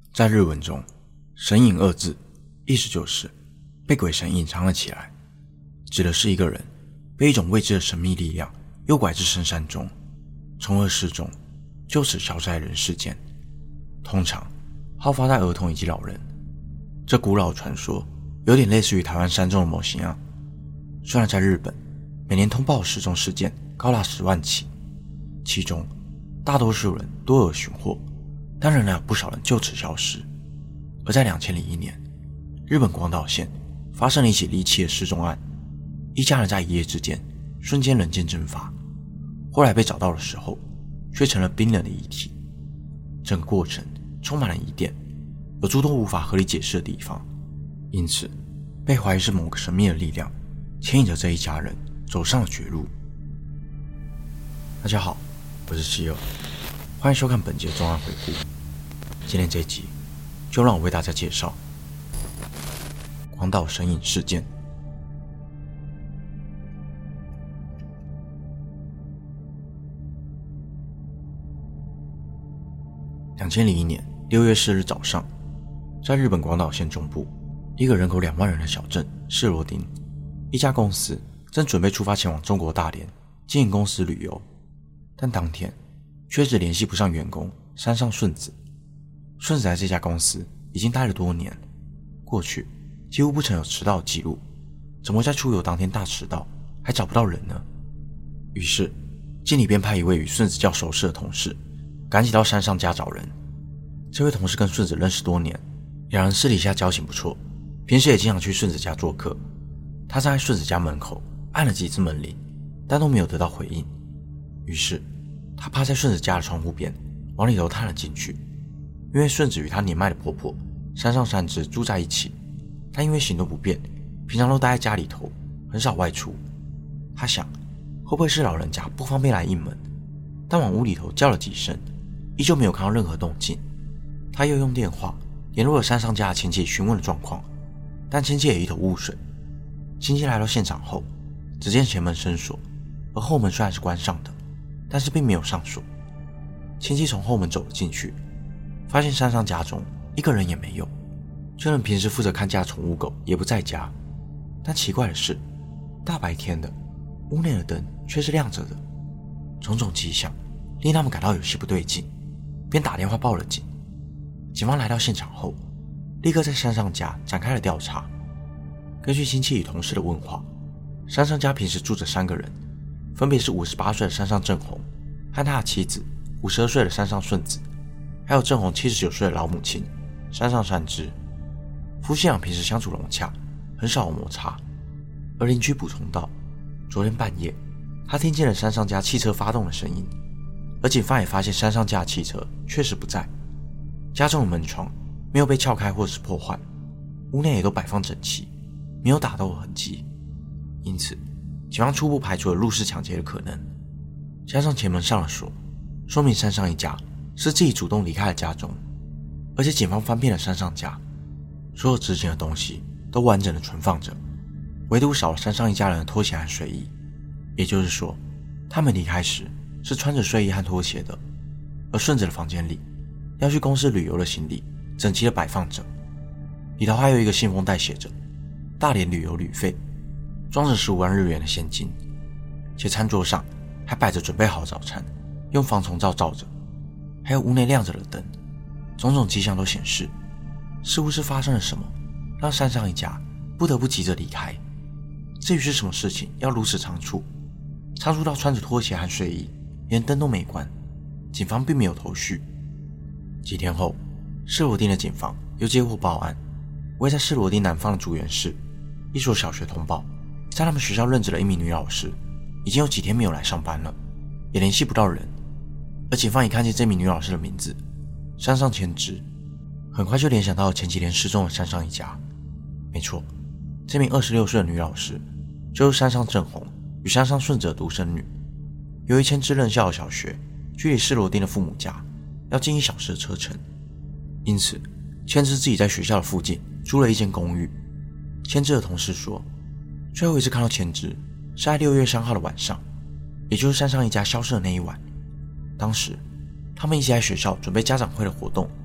在日文中，神隐二字意思就是被鬼神隐藏了起来，指的是一个人被一种未知的神秘力量诱拐至深山中，从而失踪，就此消失在人世间。通常好发在儿童以及老人。这古老的传说有点类似于台湾山中的某型案。虽然在日本每年通报失踪事件高达10万起，其中大多数人多有寻获，但仍然有不少人就此消失。而在2001年，日本广岛县发生了一起离奇的失踪案，一家人在一夜之间瞬间人间蒸发，后来被找到的时候却成了冰冷的遗体。整个过程充满了疑点，有诸多无法合理解释的地方，因此被怀疑是某个神秘的力量牵引着这一家人走上了绝路。大家好，我是希尔，欢迎收看本节重案回顾。今天这一集就让我为大家介绍广岛神隐事件。2001年6月4日早上，在日本广岛县中部一个人口2万人的小镇士罗町，一家公司正准备出发前往中国大连经营公司旅游，但当天却一直联系不上员工山上顺子。顺子在这家公司已经待了多年，过去几乎不曾有迟到的记录，怎么会在出游当天大迟到还找不到人呢？于是经理便派一位与顺子较熟识的同事赶紧到山上家找人。这位同事跟顺子认识多年，两人私底下交情不错，平时也经常去顺子家做客。他站在顺子家门口按了几次门铃，但都没有得到回应。于是他趴在顺子家的窗户边往里头探了进去。因为顺子与她年迈的婆婆山上三枝住在一起，但因为行动不便，平常都待在家里头，很少外出。他想会不会是老人家不方便来应门，但往屋里头叫了几声，依旧没有看到任何动静。他又用电话联络了山上家的亲戚询问了状况，但亲戚也一头雾水。亲戚来到现场后，只见前门生锁，而后门虽然是关上的，但是并没有上锁。亲戚从后门走了进去，发现山上家中一个人也没有，就连平时负责看家的宠物狗也不在家。但奇怪的是，大白天的屋内的灯却是亮着的，种种迹象令他们感到有些不对劲，便打电话报了警。警方来到现场后，立刻在山上家展开了调查。根据亲戚与同事的问话，山上家平时住着3个人，分别是58岁的山上正红和他的妻子52岁的山上顺子，还有正红79岁的老母亲山上三枝。夫妻俩平时相处融洽，很少有摩擦。而邻居补充道，昨天半夜他听见了山上家汽车发动的声音，而警方也发现山上家的汽车确实不在，家中的门窗没有被撬开或是破坏，屋内也都摆放整齐，没有打斗的痕迹。因此警方初步排除了入室抢劫的可能，加上前门上了锁，说明山上一家是自己主动离开了家中。而且警方翻遍了山上家，所有值钱的东西都完整的存放着，唯独少了山上一家人的拖鞋和睡衣。也就是说，他们离开时是穿着睡衣和拖鞋的。而顺子的房间里要去公司旅游的行李整齐的摆放着，里头还有一个信封袋，写着大连旅游旅费，装着15万日元的现金，且餐桌上还摆着准备好早餐，用防虫罩罩着，还有屋内亮着的灯。种种迹象都显示，似乎是发生了什么，让山上一家不得不急着离开。至于是什么事情要如此仓促到穿着拖鞋和睡衣，连灯都没关，警方并没有头绪。几天后，士罗町的警方又接获报案，位在士罗町南方的竹园市一所小学通报，在他们学校任职的一名女老师已经有几天没有来上班了，也联系不到人。而警方一看见这名女老师的名字山上千枝，很快就联想到了前几天失踪的山上一家。没错，这名26岁的女老师就是山上正红与山上顺子的独生女。由于千枝任校的小学距离士罗町的父母家要近1小时的车程，因此千枝自己在学校的附近租了一间公寓。千枝的同事说，最后一次看到千枝是在6月3号的晚上，也就是山上一家消失的那一晚。当时他们一起在学校准备家长会的活动，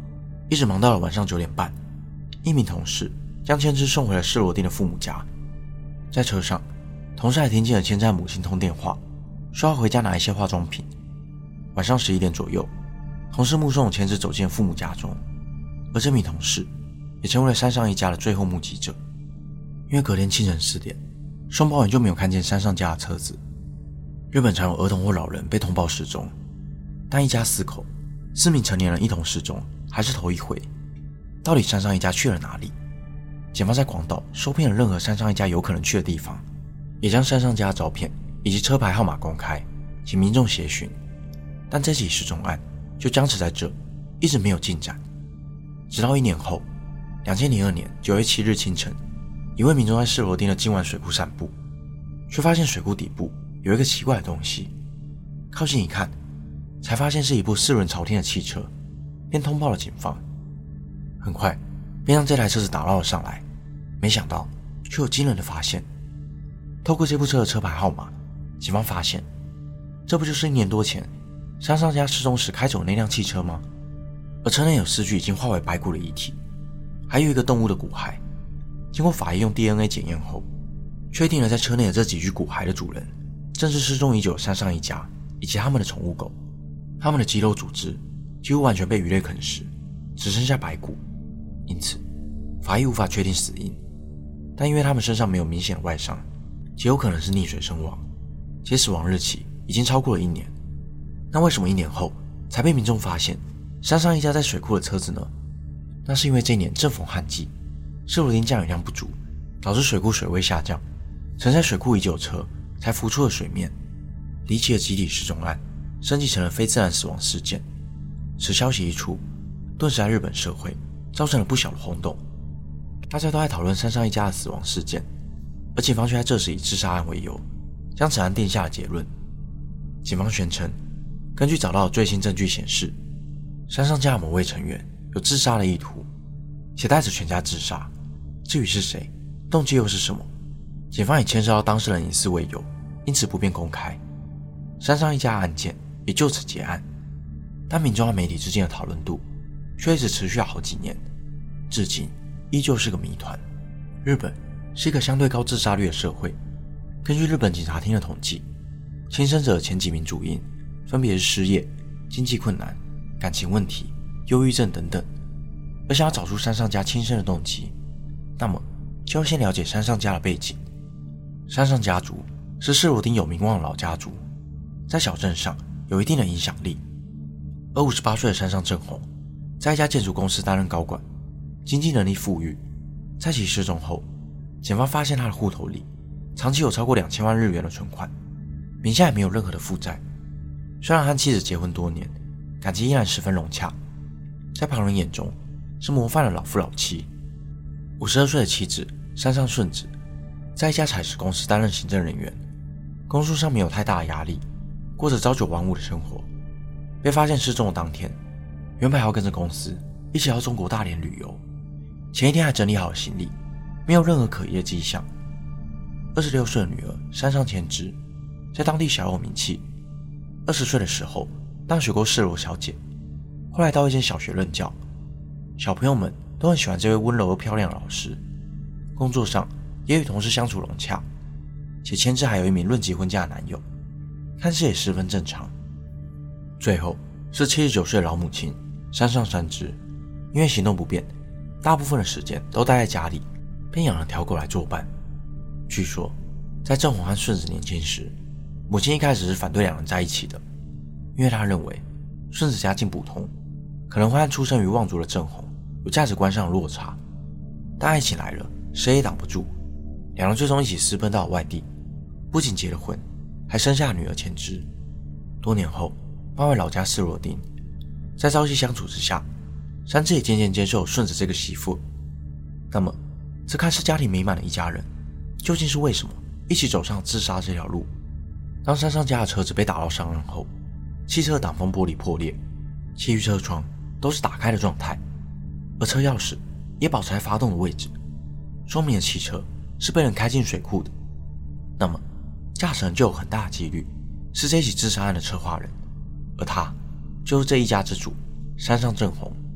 一直忙到了晚上9点半，一名同事将千枝送回了施罗丁的父母家。在车上，同事还听见了千枝和母亲通电话，说要回家拿一些化妆品。晚上11点左右，同事目送千枝走进了父母家中，而这名同事也成为了山上一家的最后目击者。因为隔天清晨4点，双胞人就没有看见山上家的车子。日本常有儿童或老人被通报失踪，但一家4口，4名成年人一同失踪，还是头一回。到底山上一家去了哪里？警方在广岛搜遍了任何山上一家有可能去的地方，也将山上家的照片以及车牌号码公开，请民众协寻。但这起失踪案就僵持在这，一直没有进展。直到1年后，2002年9月7日清晨，一位民众在施罗丁的今晚水库散步，却发现水库底部有一个奇怪的东西。靠近一看，才发现是一部4轮朝天的汽车，便通报了警方。很快便让这台车子打捞了上来，没想到却有惊人的发现。透过这部车的车牌号码，警方发现这不就是1年多前山上家失踪时开走的那辆汽车吗？而车内有4具已经化为白骨的遗体，还有一个动物的骨骸。经过法医用 DNA 检验后，确定了在车内的这几具骨骸的主人正是失踪已久的山上一家以及他们的宠物狗。他们的肌肉组织几乎完全被鱼类啃食，只剩下白骨，因此法医无法确定死因。但因为他们身上没有明显的外伤，极有可能是溺水身亡，且死亡日期已经超过了1年。那为什么1年后才被民众发现山上一家在水库的车子呢？那是因为这一年正逢旱季，施罗丁降雨量不足，导致水库水位下降，沉在水库已久的车才浮出了水面。离奇的集体失踪案升级成了非自然死亡事件。此消息一出，顿时在日本社会造成了不小的轰动，大家都在讨论山上一家的死亡事件，而警方却在这时以自杀案为由，将此案定下了结论。警方宣称，根据找到的最新证据显示，山上家的某位成员有自杀的意图，且带着全家自杀。至于是谁，动机又是什么，警方以牵涉到当事人隐私为由，因此不便公开。山上一家案件也就此结案，但民众和媒体之间的讨论度却一直持续了好几年，至今依旧是个谜团。日本是一个相对高自杀率的社会，根据日本警察厅的统计，轻生者的前几名主因分别是失业、经济困难、感情问题、忧郁症等等。而想要找出山上家轻生的动机，那么就要先了解山上家的背景。山上家族是施罗丁有名望的老家族，在小镇上有一定的影响力。而58岁的山上正弘在一家建筑公司担任高管，经济能力富裕。在其失踪后，警方发现他的户头里长期有超过2000万日元的存款，名下也没有任何的负债。虽然和妻子结婚多年，感情依然十分融洽，在旁人眼中是模范的老夫老妻。52岁的妻子山上顺子在一家采石公司担任行政人员，工作上没有太大的压力，过着朝九晚5的生活。被发现失踪的当天，原本还要跟着公司一起到中国大连旅游，前一天还整理好了行李，没有任何可疑的迹象。26岁的女儿山上千枝在当地小有名气，20岁的时候当学过世罗小姐，后来到一间小学任教，小朋友们都很喜欢这位温柔又漂亮的老师。工作上也与同事相处融洽，且千枝还有一名论及婚嫁的男友，看似也十分正常。最后是79岁的老母亲山上三枝，因为行动不便，大部分的时间都待在家里，便养了条狗来作伴。据说在正弘和顺子年轻时，母亲一开始是反对两人在一起的，因为她认为顺子家境普通，可能会和出生于望族的正弘有价值观上的落差。但爱情来了，谁也挡不住，两人最终一起私奔到了外地，不仅结了婚，还生下了女儿千枝。多年后搬回老家施罗丁，在朝夕相处之下，三枝也渐渐接受顺子这个媳妇。那么这看似家庭美满的一家人，究竟是为什么一起走上自杀这条路？当山上家的车子被打到上岸后，汽车挡风玻璃破裂，其余车窗都是打开的状态，而车钥匙也保持在发动的位置，说明了汽车是被人开进水库的。那么驾驶人就有很大的几率是这起自杀案的策划人，而他就是这一家之主山上正弘。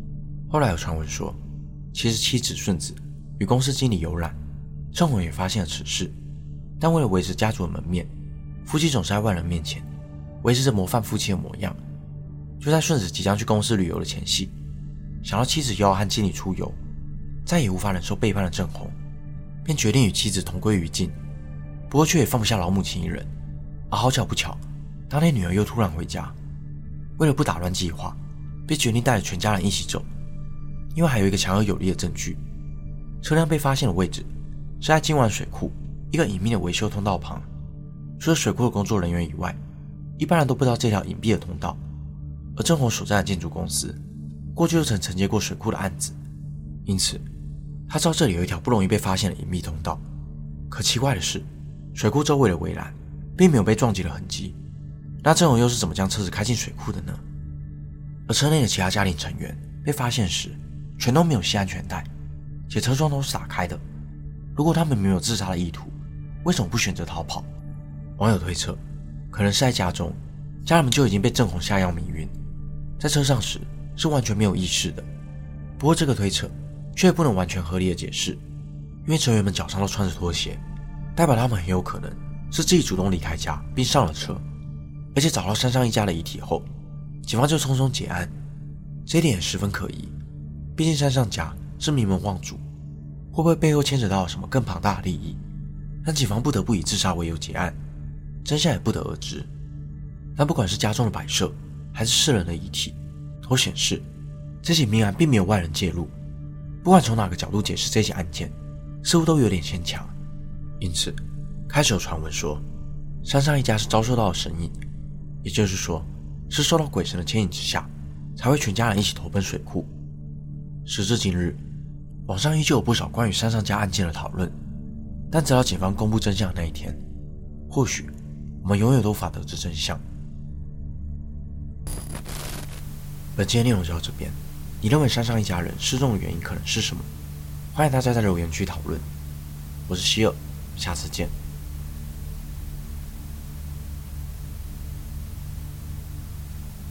后来有传闻说，其实妻子顺子与公司经理有染，郑红也发现了此事，但为了维持家族的门面，夫妻总是在外人面前维持着模范夫妻的模样。就在顺子即将去公司旅游的前夕，想到妻子又要和经理出游，再也无法忍受背叛的郑红，便决定与妻子同归于尽。不过却也放不下老母亲一人，而好巧不巧，当天女儿又突然回家，为了不打乱计划，便决定带着全家人一起走。因为还有一个强而有力的证据，车辆被发现的位置是在今晚水库一个隐秘的维修通道旁。除了水库的工作人员以外，一般人都不知道这条隐蔽的通道。而郑红所在的建筑公司过去就曾承接过水库的案子，因此他知道这里有一条不容易被发现的隐秘通道。可奇怪的是，水库周围的围栏并没有被撞击的痕迹，那郑红又是怎么将车子开进水库的呢？而车内的其他家庭成员被发现时全都没有系安全带，且车窗都是打开的。如果他们没有自杀的意图，为什么不选择逃跑？网友推测，可能是在家中，家人们就已经被郑红下药迷晕，在车上时是完全没有意识的。不过这个推测却不能完全合理的解释，因为成员们脚上都穿着拖鞋，代表他们很有可能是自己主动离开家并上了车，而且找到山上一家的遗体后，警方就匆匆结案。这一点也十分可疑，毕竟山上家是名门望族，会不会背后牵扯到什么更庞大的利益，让警方不得不以自杀为由结案，真相也不得而知。但不管是家中的摆设还是世人的遗体，都显示这起命案并没有外人介入。不管从哪个角度解释这起案件，似乎都有点牵强。因此开始有传闻说，山上一家是遭受到了神引，也就是说是受到鬼神的牵引之下，才会全家人一起投奔水库。时至今日，网上依旧有不少关于山上家案件的讨论，但直到警方公布真相的那一天，或许我们永远都无法得知真相。本期的内容就到这边，你认为山上一家人失踪的原因可能是什么？欢迎大家在留言区讨论。我是希尔，下次见。